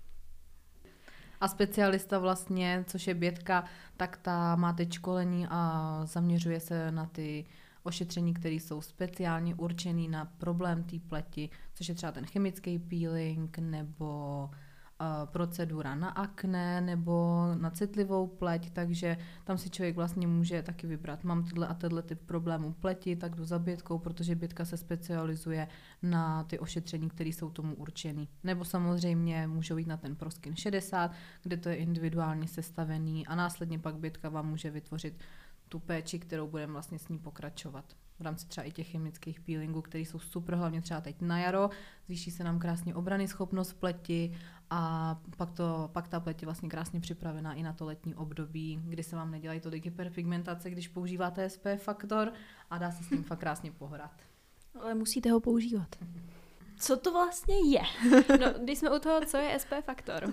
A specialista vlastně, což je Bětka, tak ta má teď školení a zaměřuje se na ty ošetření, které jsou speciálně určené na problém té pleti, což je třeba ten chemický peeling nebo procedura na akné nebo na citlivou pleť, takže tam si člověk vlastně může taky vybrat. Mám tyhle typ problémů pleti, tak jdu za Bětkou, protože Bětka se specializuje na ty ošetření, které jsou tomu určený. Nebo samozřejmě můžou jít na ten ProSkin 60, kde to je individuálně sestavený a následně pak Bětka vám může vytvořit tu péči, kterou budeme vlastně s ní pokračovat. V rámci třeba i těch chemických peelingů, které jsou super, hlavně třeba teď na jaro, zvýší se nám krásně obrany schopnost pleti a pak ta pleť je vlastně krásně připravená i na to letní období, kdy se vám nedělají tolik hyperpigmentace, když používáte SPF faktor a dá se s tím fakt krásně pohrát. Ale musíte ho používat. Co to vlastně je? No, když jsme u toho, co je SPF faktor?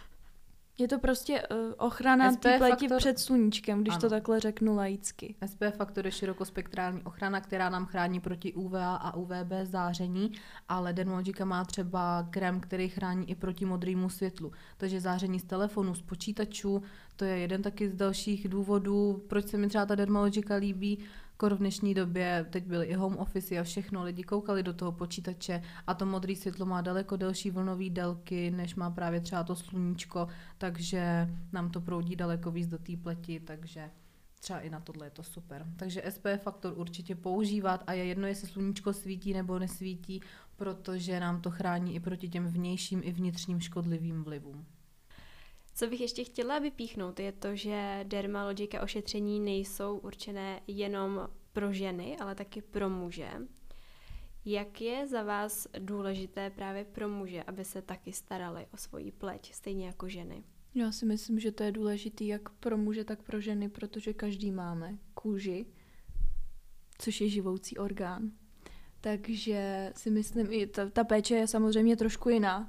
Je to prostě ochrana té pleti před sluníčkem, když to takhle řeknu laicky. SPF faktor je širokospektrální ochrana, která nám chrání proti UVA a UVB záření, ale Dermalogica má třeba krém, který chrání i proti modrému světlu. Takže záření z telefonu, z počítačů, to je jeden taky z dalších důvodů, proč se mi třeba ta Dermalogica líbí. V dnešní době, teď byly i home office a všechno, lidi koukali do toho počítače a to modré světlo má daleko delší vlnové délky, než má právě třeba to sluníčko, takže nám to proudí daleko víc do té pleti, takže třeba i na tohle je to super. Takže SPF faktor určitě používat a je jedno, jestli sluníčko svítí nebo nesvítí, protože nám to chrání i proti těm vnějším i vnitřním škodlivým vlivům. Co bych ještě chtěla vypíchnout, je to, že Dermalogica ošetření nejsou určené jenom pro ženy, ale taky pro muže. Jak je za vás důležité právě pro muže, aby se taky starali o svoji pleť, stejně jako ženy? Já si myslím, že to je důležité jak pro muže, tak pro ženy, protože každý máme kůži, což je živoucí orgán. Takže si myslím, i ta péče je samozřejmě trošku jiná.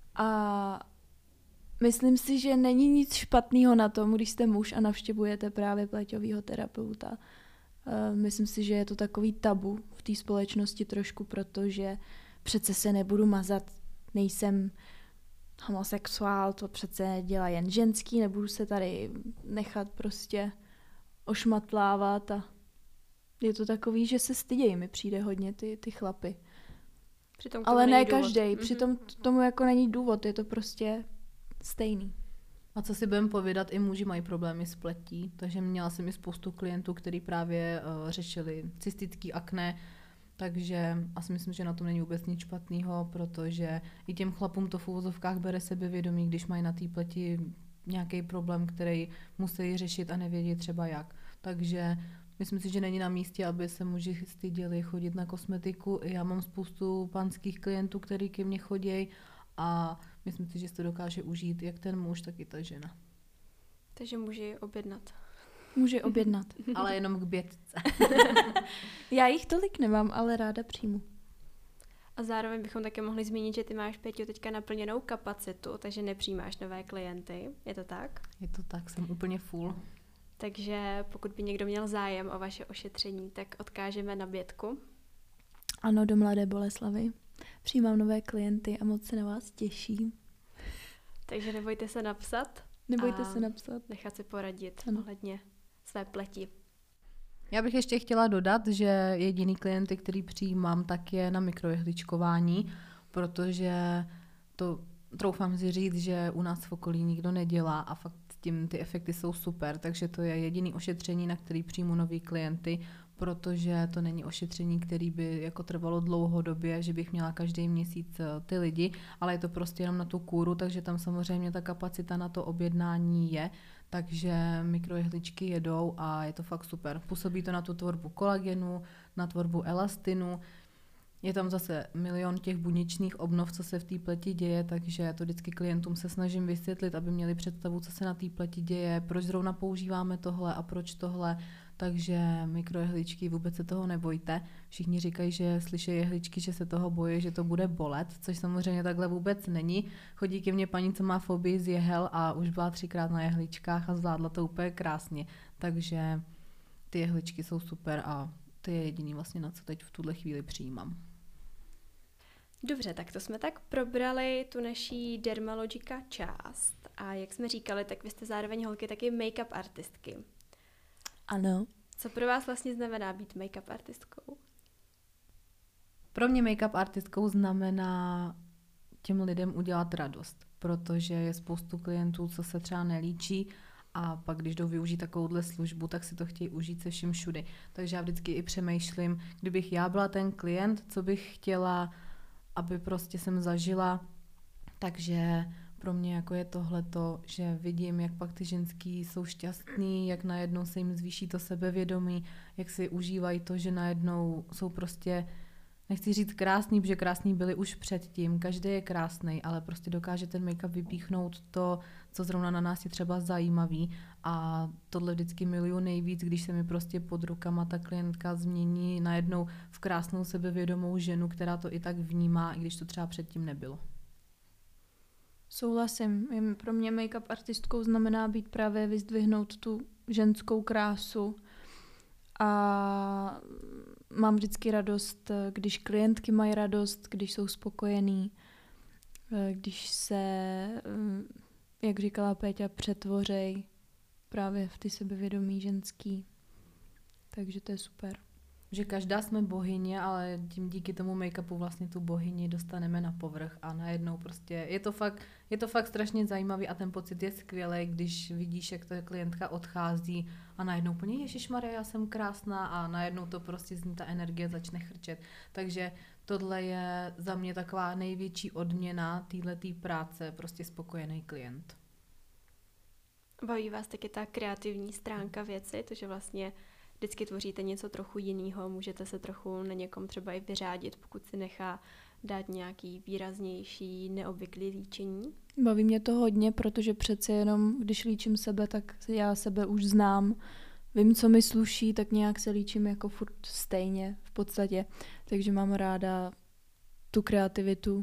A myslím si, že není nic špatného na tom, když jste muž a navštěvujete právě pleťovýho terapeuta. Myslím si, že je to takový tabu v té společnosti trošku, protože přece se nebudu mazat, nejsem homosexuál, to přece dělá jen ženský, nebudu se tady nechat prostě ošmatlávat a je to takový, že se stydějí, mi přijde hodně ty chlapy. Přitom ale ne každej, přitom tomu jako není důvod, je to prostě stejný. A co si budeme povědat, i muži mají problémy s pletí, takže měla jsem i spoustu klientů, kteří právě řešili cystický akné, takže asi myslím, že na tom není vůbec nic špatného, protože i těm chlapům to v uvozovkách bere sebevědomí, když mají na té pleti nějaký problém, který musí řešit a nevědí třeba jak. Takže myslím si, že není na místě, aby se muži styděli chodit na kosmetiku. Já mám spoustu pánských klientů, kteří ke mně chodí a myslím si, že se to dokáže užít jak ten muž, tak i ta žena. Takže může objednat. Může objednat. Ale jenom k Bětce. Já jich tolik nemám, ale ráda přijmu. A zároveň bychom také mohli zmínit, že ty máš, Péťo, teďka naplněnou kapacitu, takže nepřijímáš nové klienty. Je to tak? Je to tak, jsem úplně full. Takže pokud by někdo měl zájem o vaše ošetření, tak odkážeme na Bětku. Ano, do Mladé Boleslavi. Přijímám nové klienty a moc se na vás těším. Takže nebojte se napsat. Nebojte se napsat. Nechat si poradit ohledně své pleti. Já bych ještě chtěla dodat, že jediný klienty, který přijímám, tak je na mikrojehličkování, protože to troufám si říct, že u nás v okolí nikdo nedělá a fakt s tím ty efekty jsou super, takže to je jediný ošetření, na který přijmu nový klienty, protože to není ošetření, který by jako trvalo dlouhodobě, že bych měla každý měsíc ty lidi, ale je to prostě jenom na tu kůru, takže tam samozřejmě ta kapacita na to objednání je, takže mikrojehličky jedou a je to fakt super. Působí to na tu tvorbu kolagenu, na tvorbu elastinu, je tam zase milion těch buněčných obnov, co se v té pleti děje, takže to vždycky klientům se snažím vysvětlit, aby měli představu, co se na té pleti děje, proč zrovna používáme tohle a proč tohle. Takže mikrojehličky, vůbec se toho nebojte. Všichni říkají, že slyší jehličky, že se toho bojí, že to bude bolet, což samozřejmě takhle vůbec není. Chodí ke mně paní, co má fobii z jehel a už byla 3krát na jehličkách a zvládla to úplně krásně. Takže ty jehličky jsou super a to je jediný vlastně, na co teď v tuhle chvíli přijímám. Dobře, tak to jsme tak probrali tu naší Dermalogika část. A jak jsme říkali, tak vy jste zároveň holky taky make-up artistky. Ano. Co pro vás vlastně znamená být make-up artistkou? Pro mě make-up artistkou znamená těm lidem udělat radost, protože je spoustu klientů, co se třeba nelíčí a pak, když jdou využít takovouhle službu, tak si to chtějí užít se vším všudy. Takže já vždycky i přemýšlím, kdybych já byla ten klient, co bych chtěla, aby prostě jsem zažila, takže pro mě jako je tohleto, že vidím, jak pak ty ženský jsou šťastný, jak najednou se jim zvýší to sebevědomí, jak si užívají to, že najednou jsou prostě, nechci říct krásný, protože krásný byli už předtím, každý je krásný, ale prostě dokáže ten make-up vypíchnout to, co zrovna na nás je třeba zajímavý a tohle vždycky miluju nejvíc, když se mi prostě pod rukama ta klientka změní najednou v krásnou sebevědomou ženu, která to i tak vnímá, i když to třeba předtím nebylo. Souhlasím. Pro mě make-up artistkou znamená být právě vyzdvihnout tu ženskou krásu a mám vždycky radost, když klientky mají radost, když jsou spokojený, když se, jak říkala Péťa, přetvořej právě v ty sebevědomí ženský. Takže to je super. Že každá jsme bohyně, ale tím díky tomu make-upu vlastně tu bohyni dostaneme na povrch a najednou prostě je to fakt strašně zajímavý a ten pocit je skvělý, když vidíš, jak ta klientka odchází a najednou úplně ježišmarja, já jsem krásná a najednou to prostě z ní ta energie začne chrčet. Takže tohle je za mě taková největší odměna téhletý práce, prostě spokojený klient. Baví vás taky ta kreativní stránka věci, to, že vlastně vždycky tvoříte něco trochu jiného, můžete se trochu na někom třeba i vyřádit, pokud si nechá dát nějaký výraznější, neobvyklý líčení? Baví mě to hodně, protože přece jenom, když líčím sebe, tak já sebe už znám. Vím, co mi sluší, tak nějak se líčím jako furt stejně v podstatě. Takže mám ráda tu kreativitu.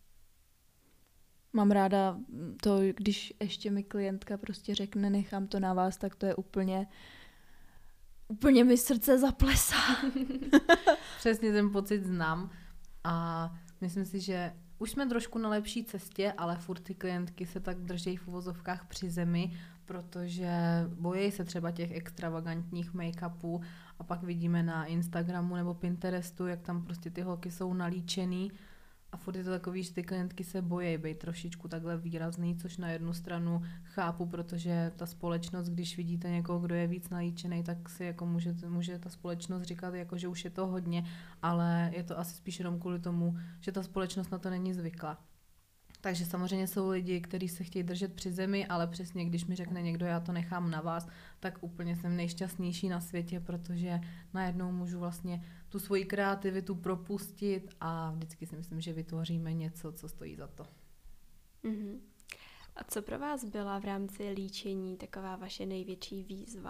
Mám ráda to, když ještě mi klientka prostě řekne, nechám to na vás, tak to je úplně mi srdce zaplesá. Přesně ten pocit znám a myslím si, že už jsme trošku na lepší cestě, ale furt ty klientky se tak drží v uvozovkách při zemi, protože bojí se třeba těch extravagantních make-upů a pak vidíme na Instagramu nebo Pinterestu, jak tam prostě ty holky jsou nalíčený a furt je to takový, že ty klientky se bojí být trošičku takhle výrazný, což na jednu stranu chápu, protože ta společnost, když vidíte někoho, kdo je víc nalíčený, tak si jako může ta společnost říkat, jako, že už je to hodně, ale je to asi spíš jenom kvůli tomu, že ta společnost na to není zvyklá. Takže samozřejmě jsou lidi, kteří se chtějí držet při zemi, ale přesně když mi řekne někdo, já to nechám na vás, tak úplně jsem nejšťastnější na světě, protože najednou můžu vlastně tu svoji kreativitu propustit a vždycky si myslím, že vytvoříme něco, co stojí za to. Mm-hmm. A co pro vás byla v rámci líčení taková vaše největší výzva?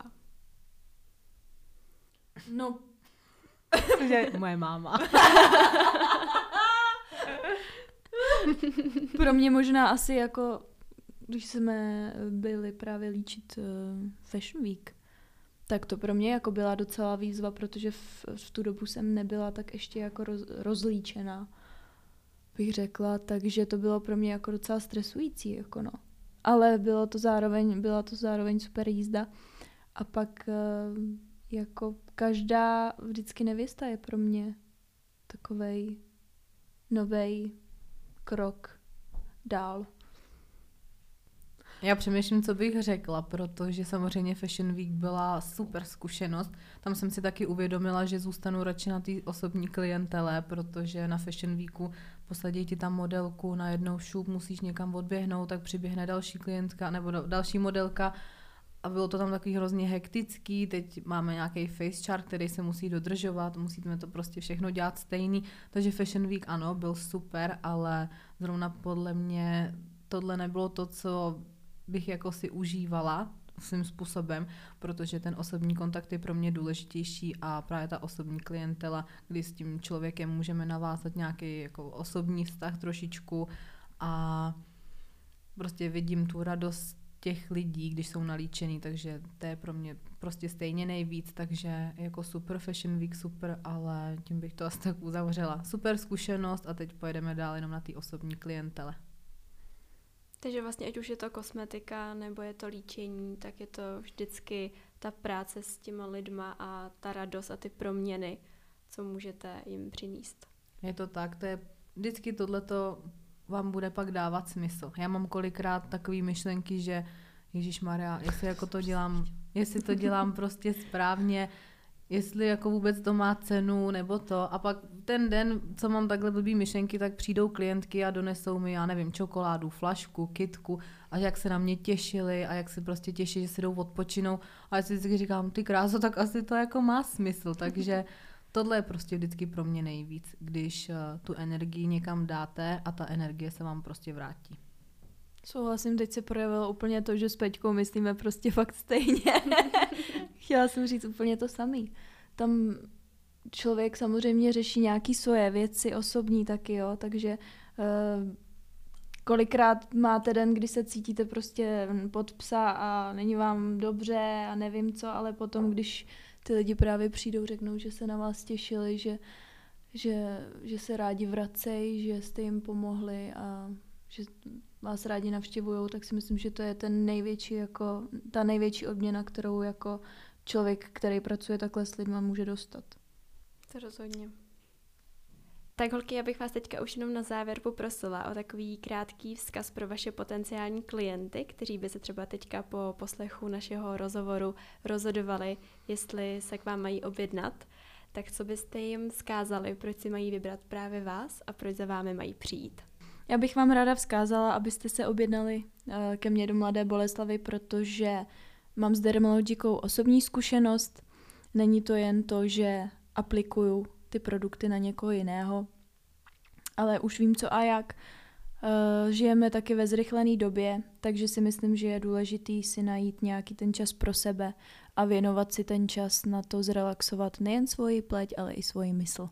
No, moje máma. Pro mě možná asi jako, když jsme byli právě líčit Fashion Week, tak to pro mě jako byla docela výzva, protože v tu dobu jsem nebyla tak ještě jako rozlíčená, bych řekla, takže to bylo pro mě jako docela stresující, jako no. Ale byla to zároveň super jízda. A pak jako každá vždycky nevěsta je pro mě takovej novej krok dál. Já přemýšlím, co bych řekla, protože samozřejmě Fashion Week byla super zkušenost. Tam jsem si taky uvědomila, že zůstanu radši na té osobní klientele, protože na Fashion Weeku posadí ti tam modelku, najednou šup, musíš někam odběhnout, tak přiběhne další klientka nebo další modelka. A bylo to tam takový hrozně hektický, teď máme nějaký face chart, který se musí dodržovat, musíme to prostě všechno dělat stejný, takže Fashion Week ano, byl super, ale zrovna podle mě tohle nebylo to, co bych jako si užívala svým způsobem, protože ten osobní kontakt je pro mě důležitější a právě ta osobní klientela, kdy s tím člověkem můžeme navázat nějaký jako osobní vztah trošičku a prostě vidím tu radost těch lidí, když jsou nalíčený, takže to je pro mě prostě stejně nejvíc, takže jako super Fashion Week, super, ale tím bych to asi tak uzavřela. Super zkušenost a teď pojedeme dál jenom na té osobní klientele. Takže vlastně ať už je to kosmetika nebo je to líčení, tak je to vždycky ta práce s těma lidma a ta radost a ty proměny, co můžete jim přinést. Je to tak, to je vždycky tohleto vám bude pak dávat smysl. Já mám kolikrát takové myšlenky, že Ježišmarja, jestli to dělám prostě správně, jestli jako vůbec to má cenu nebo to. A pak ten den, co mám takhle blbý myšlenky, tak přijdou klientky a donesou mi, já nevím, čokoládu, flašku, kytku a jak se na mě těšili a jak se prostě těší, že si jdou odpočinou. A já si vždycky říkám, ty kráso, tak asi to jako má smysl. Takže tohle je prostě vždycky pro mě nejvíc, když tu energii někam dáte a ta energie se vám prostě vrátí. Souhlasím, teď se projevilo úplně to, že s Peťkou myslíme prostě fakt stejně. Chtěla jsem říct úplně to samý. Tam člověk samozřejmě řeší nějaký svoje věci, osobní taky, jo, takže kolikrát máte den, kdy se cítíte prostě pod psa a není vám dobře a nevím co, ale potom, když ty lidi právě přijdou, řeknou, že se na vás těšili, že se rádi vracejí, že jste jim pomohli a že vás rádi navštěvujou, tak si myslím, že to je ta největší odměna, kterou jako člověk, který pracuje takhle s lidma, může dostat. To rozhodně. Tak holky, já bych vás teďka už jenom na závěr poprosila o takový krátký vzkaz pro vaše potenciální klienty, kteří by se třeba teďka po poslechu našeho rozhovoru rozhodovali, jestli se k vám mají objednat. Tak co byste jim vzkázali, proč si mají vybrat právě vás a proč za vámi mají přijít? Já bych vám ráda vzkázala, abyste se objednali ke mně do Mladé Boleslavi, protože mám s Dermalogikou osobní zkušenost. Není to jen to, že aplikuju ty produkty na někoho jiného, ale už vím co a jak. Žijeme taky ve zrychlené době, takže si myslím, že je důležitý si najít nějaký ten čas pro sebe a věnovat si ten čas na to zrelaxovat nejen svoji pleť, ale i svoji mysl.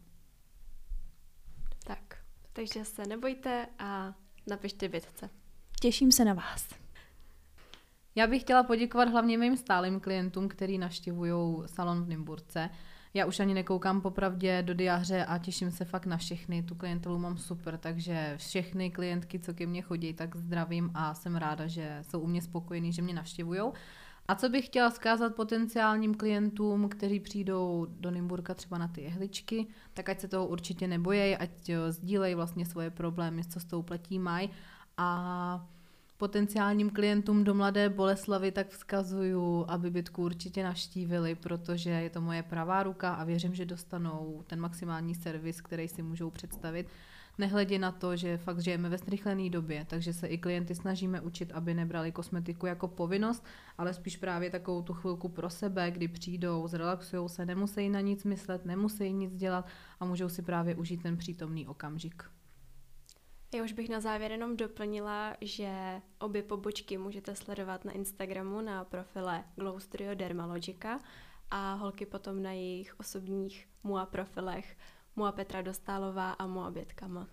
Tak, takže se nebojte a napište Větce. Těším se na vás. Já bych chtěla poděkovat hlavně mým stálým klientům, kteří navštěvují salon v Nymburce. Já už ani nekoukám popravdě do diáře a těším se fakt na všechny. Tu klientelu mám super, takže všechny klientky, co ke mně chodí, tak zdravím a jsem ráda, že jsou u mě spokojení, že mě navštěvujou. A co bych chtěla vzkázat potenciálním klientům, kteří přijdou do Nymburka třeba na ty jehličky, tak ať se toho určitě nebojí, ať sdílejí vlastně svoje problémy, co s tou pletí mají. A potenciálním klientům do Mladé Boleslavy tak vzkazuju, aby bytku určitě navštívili, protože je to moje pravá ruka a věřím, že dostanou ten maximální servis, který si můžou představit. Nehledě na to, že fakt žijeme ve zrychlené době, takže se i klienty snažíme učit, aby nebrali kosmetiku jako povinnost, ale spíš právě takovou tu chvilku pro sebe, kdy přijdou, zrelaxujou se, nemusí na nic myslet, nemusí nic dělat a můžou si právě užít ten přítomný okamžik. Já už bych na závěr jenom doplnila, že obě pobočky můžete sledovat na Instagramu na profile Glow Studio Dermalogica a holky potom na jejich osobních MUA profilech MUA Petra Dostálová a MUA Bětkama.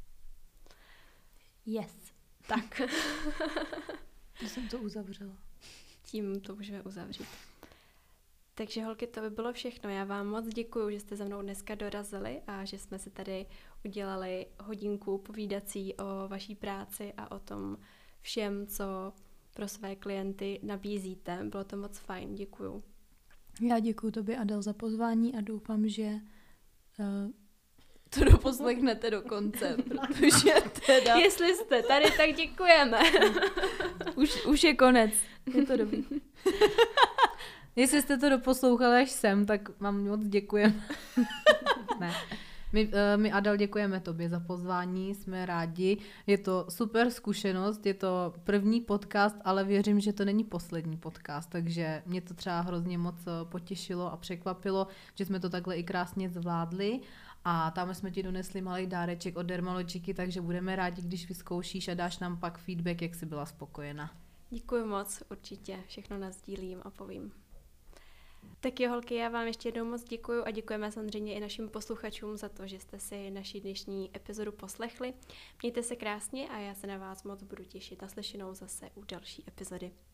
Yes. Tak. To jsem to uzavřela. Tím to můžeme uzavřít. Takže holky, to by bylo všechno. Já vám moc děkuju, že jste za mnou dneska dorazili a že jsme si tady udělali hodinku povídací o vaší práci a o tom všem, co pro své klienty nabízíte. Bylo to moc fajn, děkuju. Já děkuju tobě, Adel, za pozvání a doufám, že to dopadne doposlechnete do konce, protože teda... Jestli jste tady, tak děkujeme. Už je konec. Je to dobrý. Jestli jste to doposlouchali až sem, tak vám moc děkujeme. Ne. My Adel děkujeme tobě za pozvání, jsme rádi. Je to super zkušenost, je to první podcast, ale věřím, že to není poslední podcast, takže mě to třeba hrozně moc potěšilo a překvapilo, že jsme to takhle i krásně zvládli. A tam jsme ti donesli malý dáreček od Dermalogiky, takže budeme rádi, když vyzkoušíš a dáš nám pak feedback, jak jsi byla spokojena. Děkuji moc, určitě všechno nasdílím a povím. Tak jo, holky, já vám ještě jednou moc děkuju a děkujeme samozřejmě i našim posluchačům za to, že jste si naši dnešní epizodu poslechli. Mějte se krásně a já se na vás moc budu těšit. Naslyšenou zase u další epizody.